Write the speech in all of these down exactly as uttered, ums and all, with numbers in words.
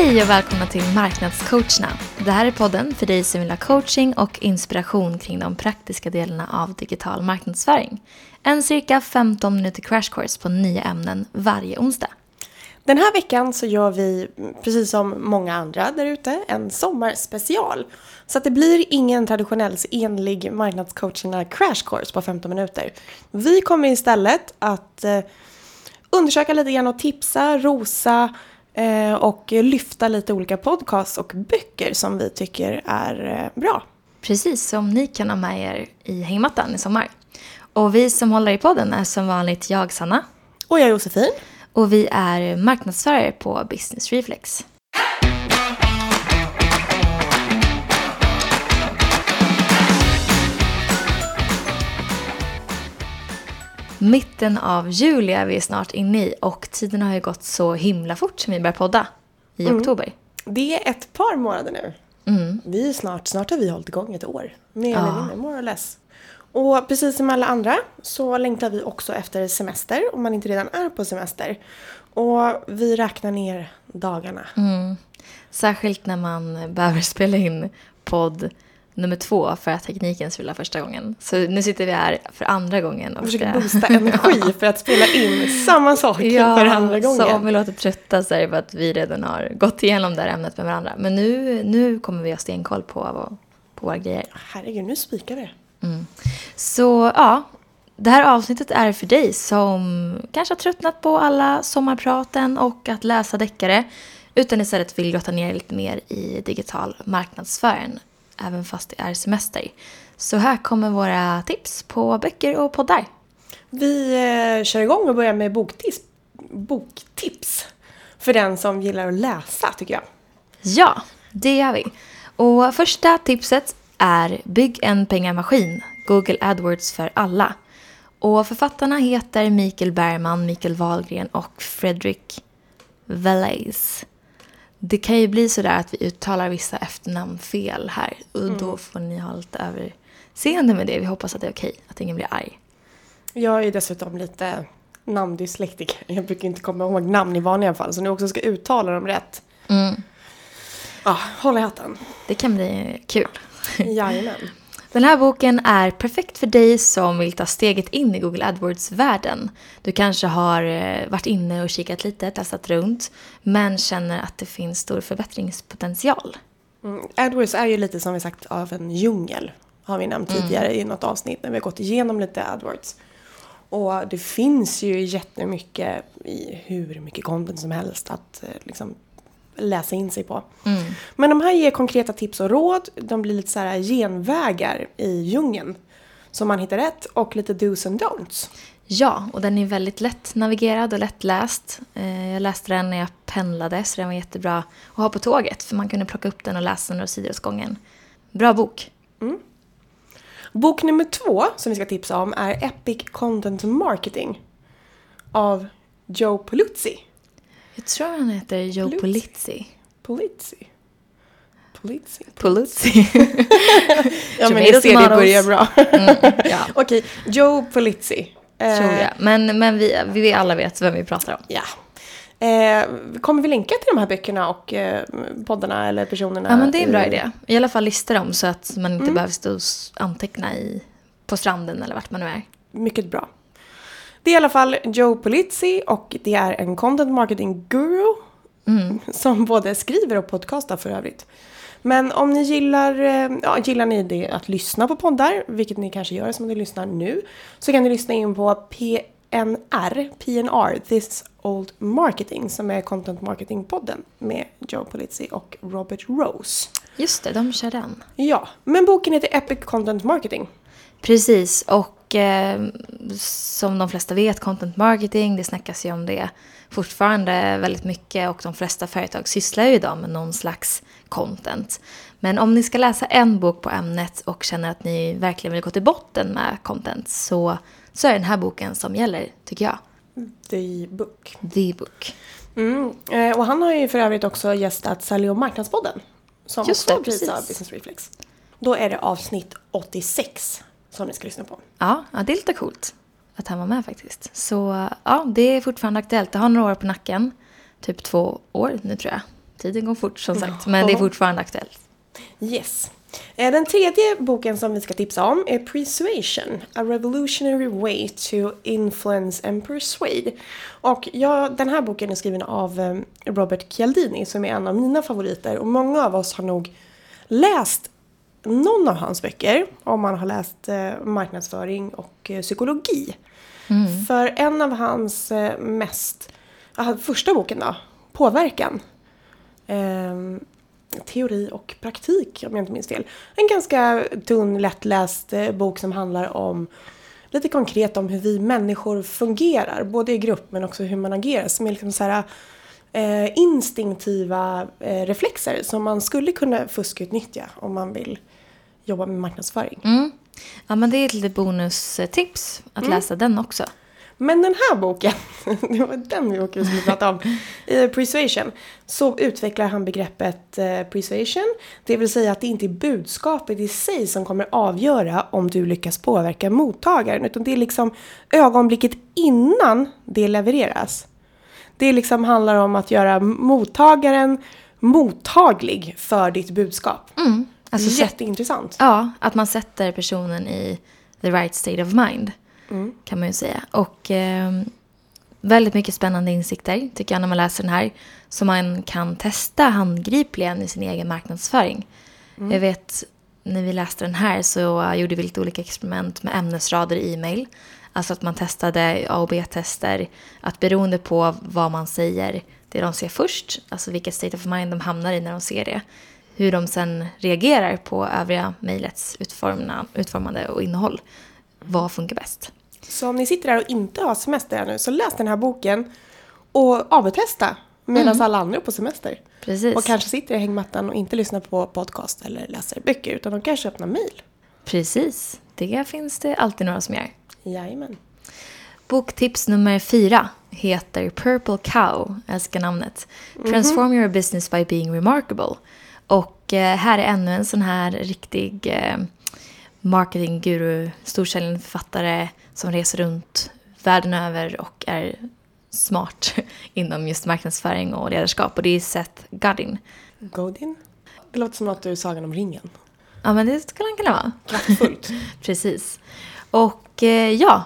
Hej och välkomna till Marknadscoacherna. Det här är podden för dig som vill ha coaching och inspiration kring de praktiska delarna av digital marknadsföring. En cirka femton minuter crash course på nya ämnen varje onsdag. Den här veckan så gör vi, precis som många andra där ute, en sommarspecial. Så att det blir ingen traditionell enlig marknadscoacherna crash course på femton minuter. Vi kommer istället att eh, undersöka lite grann och tipsa, rosa eh, och lyfta lite olika podcasts och böcker som vi tycker är eh, bra. Precis, som ni kan ha med er i hängmattan i sommar. Och vi som håller i podden är som vanligt jag, Sanna. Och jag är Josefin. Och vi är marknadsförare på Business Reflex. Mitten av juli är vi snart inne i och tiden har ju gått så himla fort som vi börjar podda i Mm. oktober. Det är ett par månader nu. Mm. Vi är snart, snart har vi hållit igång ett år. Mer Ja. eller mindre, more or less. Och precis som alla andra så längtar vi också efter semester om man inte redan är på semester. Och vi räknar ner dagarna. Mm. Särskilt när man behöver spela in podd nummer två för att tekniken skulle första gången. Så nu sitter vi här för andra gången. Och Och försöker ska... boosta energi för att spela in samma sak ja, för andra gången. Så om vi låter trötta så är det för att vi redan har gått igenom det här ämnet med varandra. Men nu, nu kommer vi ha stenkoll på, på våra grejer. Herregud, nu spikar det. Mm. Så ja, det här avsnittet är för dig som kanske har tröttnat på alla sommarpraten och att läsa deckare. Utan istället vill grotta ner lite mer i digital marknadsföring. Även fast det är semester. Så här kommer våra tips på böcker och poddar. Vi eh, kör igång och börjar med boktips, boktips. För den som gillar att läsa tycker jag. Ja, det gör vi. Och första tipset är Bygg en pengamaskin. Google AdWords för alla. Och författarna heter Mikael Bergman, Mikael Wahlgren och Fredrik Valais. Det kan ju bli så där att vi uttalar vissa efternamn fel här. Och mm. då får ni ha lite överseende med det. Vi hoppas att det är okej, att ingen blir arg. Jag är dessutom lite namndyslektiker. Jag brukar inte komma ihåg namn i vanliga fall. Så nu också ska uttala dem rätt. Mm. Ja, håll i hatten. Det kan bli kul. Jajamän. Den här boken är perfekt för dig som vill ta steget in i Google AdWords-världen. Du kanske har varit inne och kikat lite, testat runt, men känner att det finns stor förbättringspotential. Mm, AdWords är ju lite som vi sagt av en djungel. Har vi nämnt tidigare mm. i något avsnitt när vi har gått igenom lite AdWords. Och det finns ju jättemycket i hur mycket content som helst att liksom läsa in sig på. Mm. Men de här ger konkreta tips och råd. De blir lite så här genvägar i djungeln. Så man hittar rätt och lite do's and don'ts. Ja, och den är väldigt lätt navigerad och lättläst. Jag läste den när jag pendlade så den var jättebra att ha på tåget. För man kunde plocka upp den och läsa några sidor åt gången. Bra bok. Mm. Bok nummer två som vi ska tipsa om är Epic Content Marketing av Joe Pulizzi. Jag tror han heter Joe Pulizzi. Pulizzi. Pulizzi. Pulizzi. Ja, men det ser det börjar bra. mm, ja. Okej, Joe Pulizzi. Tror jag. Men, men vi, vi alla vet vem vi pratar om. Ja. Eh, kommer vi länka till de här böckerna och eh, poddarna eller personerna? Ja, men det är en bra idé. I alla fall lista dem så att man inte mm. behöver stå och anteckna i, på stranden eller vart man nu är. Mycket bra. Det är i alla fall Joe Pulizzi och det är en content marketing guru mm. som både skriver och podcastar för övrigt. Men om ni gillar, ja, gillar ni det att lyssna på poddar, vilket ni kanske gör som ni lyssnar nu, så kan ni lyssna in på P N R, P N R, This Old Marketing, som är Content Marketing-podden med Joe Pulizzi och Robert Rose. Just det, de kör den. Ja, men boken heter Epic Content Marketing. Precis, och eh, som de flesta vet, content marketing, det snackas ju om det fortfarande väldigt mycket och de flesta företag sysslar ju idag med någon slags content. Men om ni ska läsa en bok på ämnet och känner att ni verkligen vill gå till botten med content så, så är den här boken som gäller, tycker jag. The Book. The Book. Mm. Eh, och han har ju för övrigt också gästat Sälj och marknadspodden som Just också det, prisar Business Reflex. Då är det avsnitt åttiosex som ni ska lyssna på. Ja, ja, det är lite coolt att han var med faktiskt. Så ja, det är fortfarande aktuellt. Det har några år på nacken. Typ två år nu tror jag. tiden går fort som sagt, men det är fortfarande aktuellt. Yes. Den tredje boken som vi ska tipsa om är Persuasion, A Revolutionary Way to Influence and Persuade. Och ja, den här boken är skriven av Robert Cialdini som är en av mina favoriter. Och många av oss har nog läst någon av hans böcker om man har läst marknadsföring och psykologi. Mm. För en av hans mest, aha, första boken då, Påverkan. Ehm, teori och praktik, om jag inte minns fel. En ganska tunn, lättläst bok som handlar om lite konkret om hur vi människor fungerar, både i grupp men också hur man agerar, som är liksom så här eh, instinktiva eh, reflexer som man skulle kunna fuskutnyttja om man vill jobba med marknadsföring. Mm. Ja, men det är ett litet bonustips att mm. läsa den också. Men den här boken, det var den vi åker skulle prata om, i Persuasion, så utvecklar han begreppet eh, persuasion. Det vill säga att det inte är budskapet i sig som kommer avgöra om du lyckas påverka mottagaren. Utan det är liksom ögonblicket innan det levereras. Det liksom handlar om att göra mottagaren mottaglig för ditt budskap. Mm. Alltså, jätteintressant. Ja, att man sätter personen i the right state of mind. Mm. Kan man ju säga. Och eh, väldigt mycket spännande insikter tycker jag när man läser den här. Som man kan testa handgripligen i sin egen marknadsföring. Mm. Jag vet, när vi läste den här så gjorde vi lite olika experiment med ämnesrader i e-mail. Alltså att man testade A och B-tester. Att beroende på vad man säger, det de ser först. Alltså vilket state of mind de hamnar i när de ser det. Hur de sen reagerar på övriga mejlets utformande och innehåll. Vad funkar bäst? Så om ni sitter där och inte har semester nu, så läs den här boken och A B-testa medan mm. alla andra är på semester. Precis. Och kanske sitter i hängmattan och inte lyssnar på podcast eller läser böcker, utan de kanske öppnar mejl. Precis, det finns det alltid några som gör. Jajamän. Boktips nummer fyra heter Purple Cow, jag älskar namnet. Transform mm-hmm. your business by being remarkable. Och eh, här är ännu en sån här riktig eh, marketingguru, storsäljande författare som reser runt världen över och är smart inom just marknadsföring och ledarskap. Och det är Seth Godin. Godin? Det låter som något ur Sagan om ringen. Ja, men det skulle han kunna vara. Kraftfullt. Precis. Och eh, ja,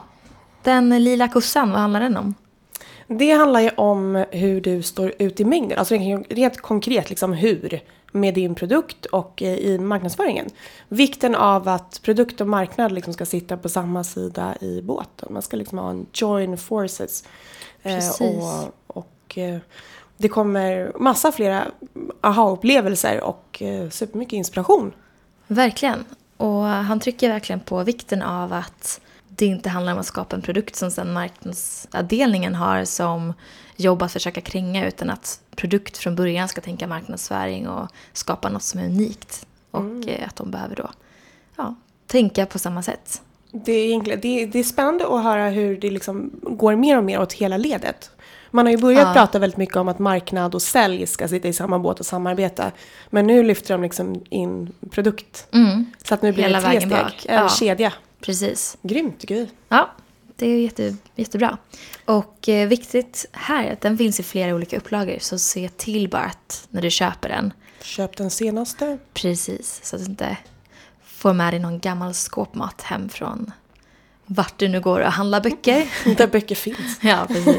den lila kossan, vad handlar den om? Det handlar ju om hur du står ut i mängden. Alltså rent konkret liksom hur med din produkt och i marknadsföringen. Vikten av att produkt och marknad liksom ska sitta på samma sida i båten. Man ska liksom ha en join forces. Precis. Eh, och, och eh, det kommer massa flera aha-upplevelser och eh, supermycket inspiration. Verkligen. Och han trycker verkligen på vikten av att det inte handlar om att skapa en produkt som sen marknadsavdelningen har som jobb att försöka kränga, utan att produkt från början ska tänka marknadsföring och skapa något som är unikt. Och mm. att de behöver då ja, tänka på samma sätt. Det är, egentligen, det, är, det är spännande att höra hur det liksom går mer och mer åt hela ledet. Man har ju börjat ja. prata väldigt mycket om att marknad och sälj ska sitta i samma båt och samarbeta. Men nu lyfter de liksom in produkt. Mm. Så att nu blir det tre steg. Bak. En ja. kedja. Precis. Grymt, tycker vi. Ja, det är jätte, jättebra. Och eh, viktigt här är att den finns i flera olika upplagor. Så se till bara att när du köper den. Köp den senaste. Precis, så att du inte får med dig någon gammal skåpmat hem från vart du nu går och handlar böcker. Där böcker finns. Ja, precis.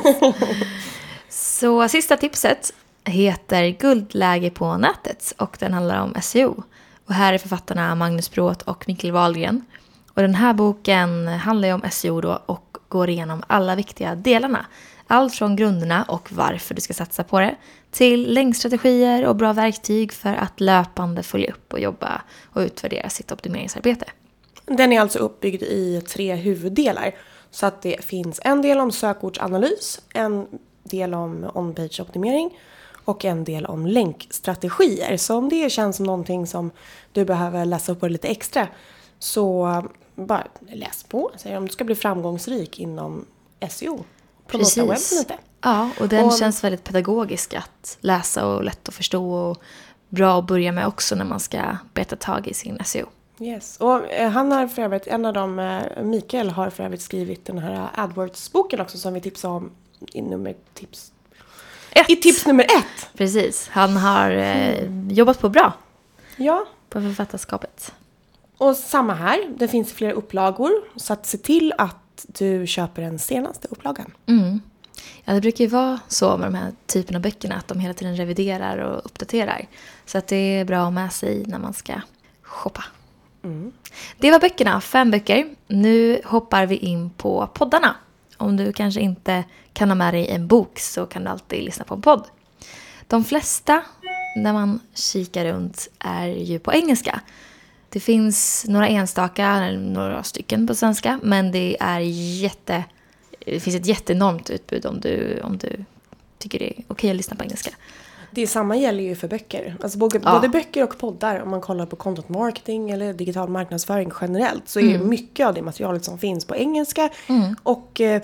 Så sista tipset heter Guldläge på nätet. Och den handlar om S E O. Och här är författarna Magnus Bråth och Mikael Wahlgren. Och den här boken handlar ju om S E O då och går igenom alla viktiga delarna. Allt från grunderna och varför du ska satsa på det till länkstrategier och bra verktyg för att löpande följa upp och jobba och utvärdera sitt optimeringsarbete. Den är alltså uppbyggd i tre huvuddelar. Så att det finns en del om sökordsanalys, en del om on-page-optimering och en del om länkstrategier. Så om det känns som någonting som du behöver läsa upp på lite extra, så bara läs på. Så om du ska bli framgångsrik inom S E O. Precis. Webben lite. Ja, och den och, känns väldigt pedagogisk att läsa och lätt att förstå och bra att börja med också när man ska beta tag i sin S E O. Yes, och eh, han har för övrigt, en av dem, eh, Mikael, har för övrigt skrivit den här AdWords-boken också som vi tipsade om i nummer tips. ett. I tips nummer ett. Precis, han har eh, jobbat på bra. Ja. På författarskapet. Och samma här, det finns flera upplagor. Så att se till att du köper den senaste upplagan. Mm. Ja, det brukar ju vara så med de här typerna av böckerna att de hela tiden reviderar och uppdaterar. Så att det är bra att ha med sig när man ska shoppa. Mm. Det var böckerna, fem böcker. Nu hoppar vi in på poddarna. Om du kanske inte kan ha med dig en bok så kan du alltid lyssna på en podd. De flesta, när man kikar runt, är ju på engelska. Det finns några enstaka, några stycken på svenska, men det är jätte... Det finns ett jätteenormt utbud om du, om du tycker det är okej att lyssna på engelska. Det samma gäller ju för böcker. Alltså både, Ja. både böcker och poddar. Om man kollar på content marketing eller digital marknadsföring generellt. Så är Mm. mycket av det materialet som finns på engelska. Mm. Och eh,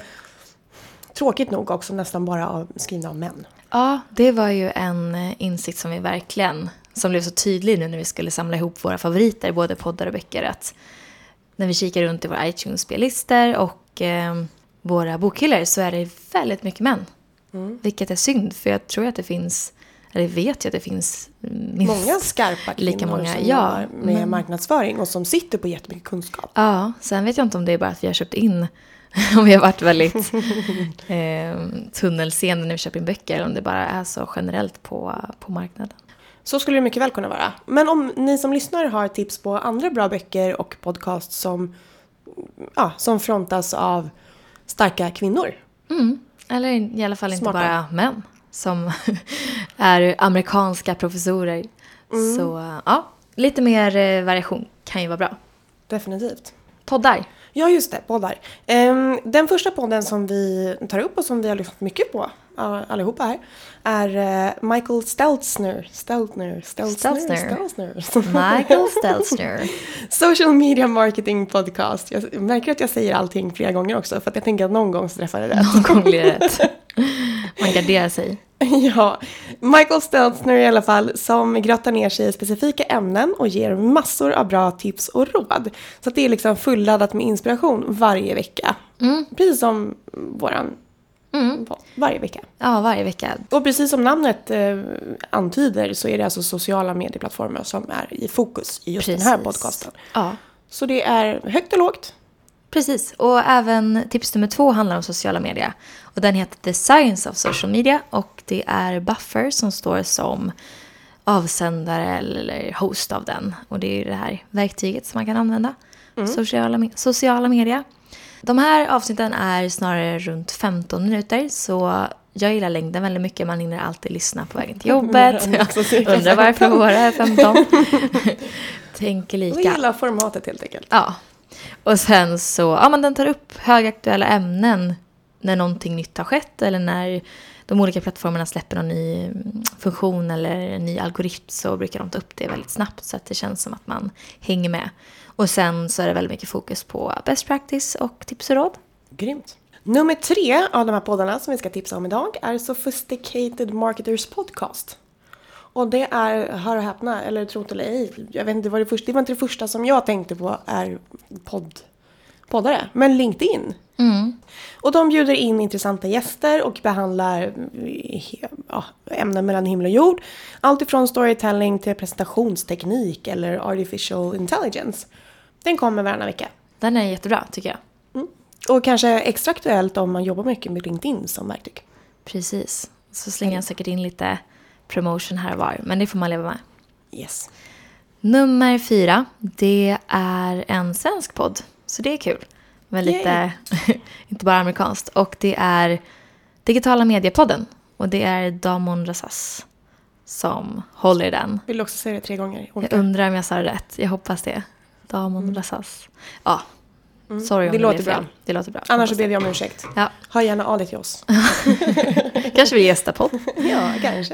tråkigt nog också nästan bara av, skrivna av män. Ja, det var ju en insikt som vi verkligen, som blev så tydlig nu när vi skulle samla ihop våra favoriter, både poddar och böcker, att när vi kikar runt i våra iTunes-spellistor och eh, våra bokhyllor så är det väldigt mycket män. Mm. Vilket är synd, för jag tror att det finns, eller vet jag att det finns minst Många skarpa kvinnor lika många, som ja, jobbar med men- marknadsföring och som sitter på jättemycket kunskap. Ja, sen vet jag inte om det är bara att vi har köpt in, om vi har varit väldigt eh, tunnelseende när vi köper in böcker, eller om det bara är så generellt på, på marknaden. Så skulle det mycket väl kunna vara. Men om ni som lyssnar har tips på andra bra böcker och podcast som, ja, som frontas av starka kvinnor. Mm. Eller i alla fall inte Smarta. bara män som är amerikanska professorer. Mm. Så ja, lite mer eh, variation kan ju vara bra. Definitivt. Poddar. Ja, just det. Poddar. Ehm, den första podden som vi tar upp och som vi har lyssnat mycket på all- allihopa här är eh, Michael Stelzner. Stelzner. Stelzner. Stelzner. Stelzner. Michael Stelzner. Social Media Marketing Podcast. Jag märker att jag säger allting flera gånger också för att jag tänker att någon gång så träffar jag det rätt. Någon gång blir det rätt. Man garderar sig. Ja, Michael Stelzner i alla fall, som grottar ner sig i specifika ämnen och ger massor av bra tips och råd. Så att det är liksom fulladdat med inspiration varje vecka. Mm. Precis som våran Mm. podd, varje vecka. Ja, varje vecka. Och precis som namnet eh, antyder så är det alltså sociala medieplattformar som är i fokus i just Precis. den här podcasten. Ja, Så det är högt och lågt. precis. Och även tips nummer två handlar om sociala medier. Och den heter The Science of Social Media. Och det är Buffer som står som avsändare eller host av den. Och det är ju det här verktyget som man kan använda. Mm. Sociala, me- sociala medier. De här avsnitten är snarare runt femton minuter. Så jag gillar längden väldigt mycket. Man hinner alltid lyssna på vägen till jobbet. Mm, också cirka Undrar varför våra är femton. Tänker Vi lika. gillar formatet helt enkelt. Ja. Och sen så, ja men den tar upp högaktuella ämnen när någonting nytt har skett eller när de olika plattformarna släpper någon ny mm, funktion eller en ny algoritm, så brukar de ta upp det väldigt snabbt så att det känns som att man hänger med. Och sen så är det väldigt mycket fokus på best practice och tips och råd. Grymt. Nummer tre av de här poddarna som vi ska tipsa om idag är Sophisticated Marketers Podcast. Och det är, hör och häpna, eller tro det eller ej, jag vet inte, det var, det, första, det var inte det första som jag tänkte på är podd, poddare, men LinkedIn. Mm. Och de bjuder in intressanta gäster och behandlar ja, ämnen mellan himmel och jord. Allt ifrån storytelling till presentationsteknik eller artificial intelligence. Den kommer varannan vecka. Den är jättebra tycker jag. Mm. Och kanske extra aktuellt om man jobbar mycket med LinkedIn som verktyg. Precis. Så slänger jag säkert in lite promotion här och var, men det får man leva med. Yes. Nummer fyra, det är en svensk podd. Så det är kul. Men lite, inte bara amerikanskt. Och det är Digitala Mediepodden. Och det är Damon Rassas som håller i den. Vill du också säga det tre gånger? Jag undrar om jag sa det rätt. Jag hoppas det. Damon Mm. Rassas. Ja, Mm. sorry om det det låter är fel. bra. Det låter bra. Annars så Hoppas ber det. vi om ursäkt. Ja, Hör gärna av dig till oss. kanske vi gästar podd. Ja, kanske.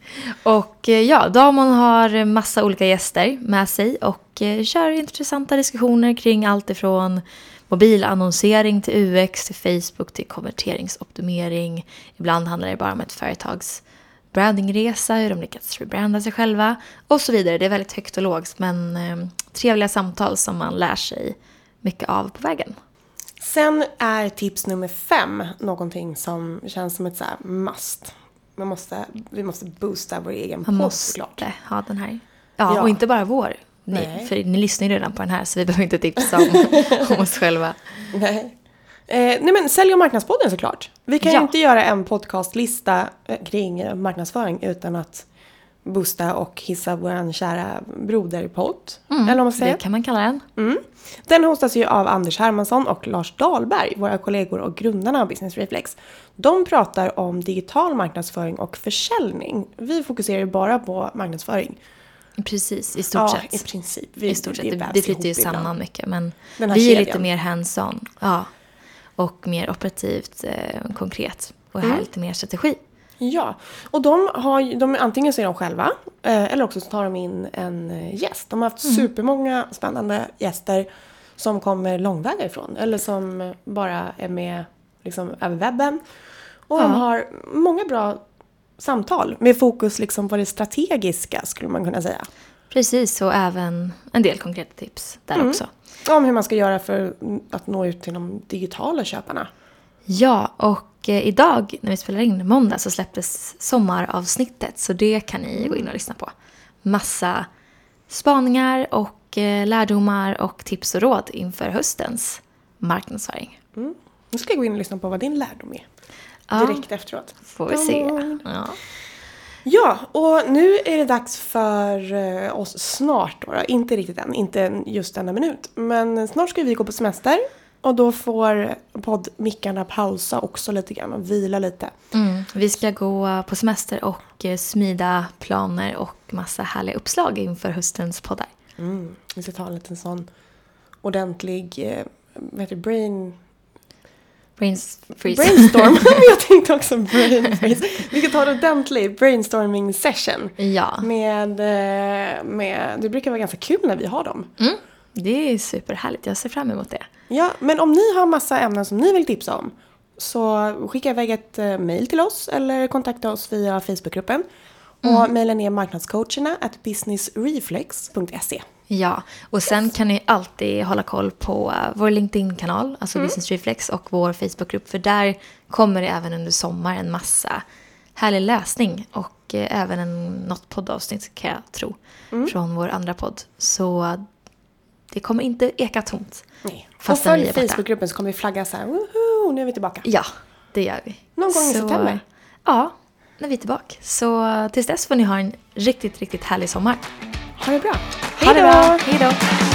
Och eh, ja, Damon har massa olika gäster med sig och eh, kör intressanta diskussioner kring allt ifrån mobilannonsering till U X, till Facebook, till konverteringsoptimering. Ibland handlar det bara om ett företags brandingresa, hur de lyckats rebranda sig själva och så vidare. Det är väldigt högt och lågt, men eh, trevliga samtal som man lär sig mycket av på vägen. Sen är tips nummer fem någonting som känns som ett så här must. man måste, vi måste boosta vår egen Man podd måste såklart. ha den här. Ja, Ja. och inte bara vår. Ni, Nej. för ni lyssnar ju redan på den här så vi behöver inte tipsa om, om oss själva. Nej. Eh, nej men sälj- och marknadspodden såklart. Vi kan Ja. ju inte göra en podcastlista eh, kring eh, marknadsföring utan att boosta och hissa vår kära broderpodd. Mm, Eller vad man säger. det kan man kalla den. Mm. Den hostas ju av Anders Hermansson och Lars Dahlberg, våra kollegor och grundarna av Business Reflex. De pratar om digital marknadsföring och försäljning. Vi fokuserar ju bara på marknadsföring. Precis, i stort Ja, sett. i princip. Vi, I stort sett. Det, vävs det flyter ju ihop ibland. samman mycket. Men Den här vi är kedjan. lite mer hands-on. Ja. Och mer operativt eh, konkret. Och här Mm. lite mer strategi. Ja, och de har ju- de, antingen så är de själva eh, eller också så tar de in en eh, gäst. De har haft Mm. supermånga spännande gäster som kommer långväga ifrån eller som bara är med liksom, över webben. Och de Ja. har många bra samtal med fokus liksom på det strategiska skulle man kunna säga. Precis, och även en del konkreta tips där Mm. också. Om hur man ska göra för att nå ut till de digitala köparna. Ja, och eh, idag när vi spelar in måndag så släpptes sommaravsnittet. Så det kan ni gå in och lyssna på. Massa spaningar och eh, lärdomar och tips och råd inför höstens marknadsföring. Mm. Nu ska jag gå in och lyssna på vad din lärdom är. Ja. Direkt efteråt. Får vi se. Ja. Ja, och nu är det dags för eh, oss snart då, då. Inte riktigt än, inte just denna minut. Men snart ska vi gå på semester. Och då får poddmickarna pausa också lite grann och vila lite. Mm. Vi ska gå på semester och eh, smida planer och massa härliga uppslag inför höstens poddar. Mm. Vi ska ta en liten sån ordentlig, eh, vad heter det, brain... Brains freeze. Brainstorm. Jag tänkte också brain freeze. Vi ska ta en ordentlig brainstorming session. Ja, Med, eh, med, det brukar vara ganska kul när vi har dem. mm. det är superhärligt. Jag ser fram emot det. Ja, men om ni har massa ämnen som ni vill tipsa om så skicka iväg ett eh, mejl till oss eller kontakta oss via Facebookgruppen. Och mejlen är marknadscoacherna at businessreflex punkt se. Ja, och sen kan ni alltid hålla koll på uh, vår LinkedIn-kanal, alltså Business Reflex, och vår Facebookgrupp. För där kommer det även under sommar en massa härlig läsning och uh, även en, något poddavsnitt kan jag tro, från vår andra podd. Så uh, det kommer inte eka tomt. Nej. Och Fastän vi följ är borta. Facebookgruppen så kommer vi flagga så här, woho, nu är vi tillbaka. Ja, det gör vi. Någon gång i Så, september. Ja, när vi är tillbaka. Så uh, tills dess får ni ha en riktigt, riktigt härlig sommar. Ha det bra. Ha det bra! Hej då!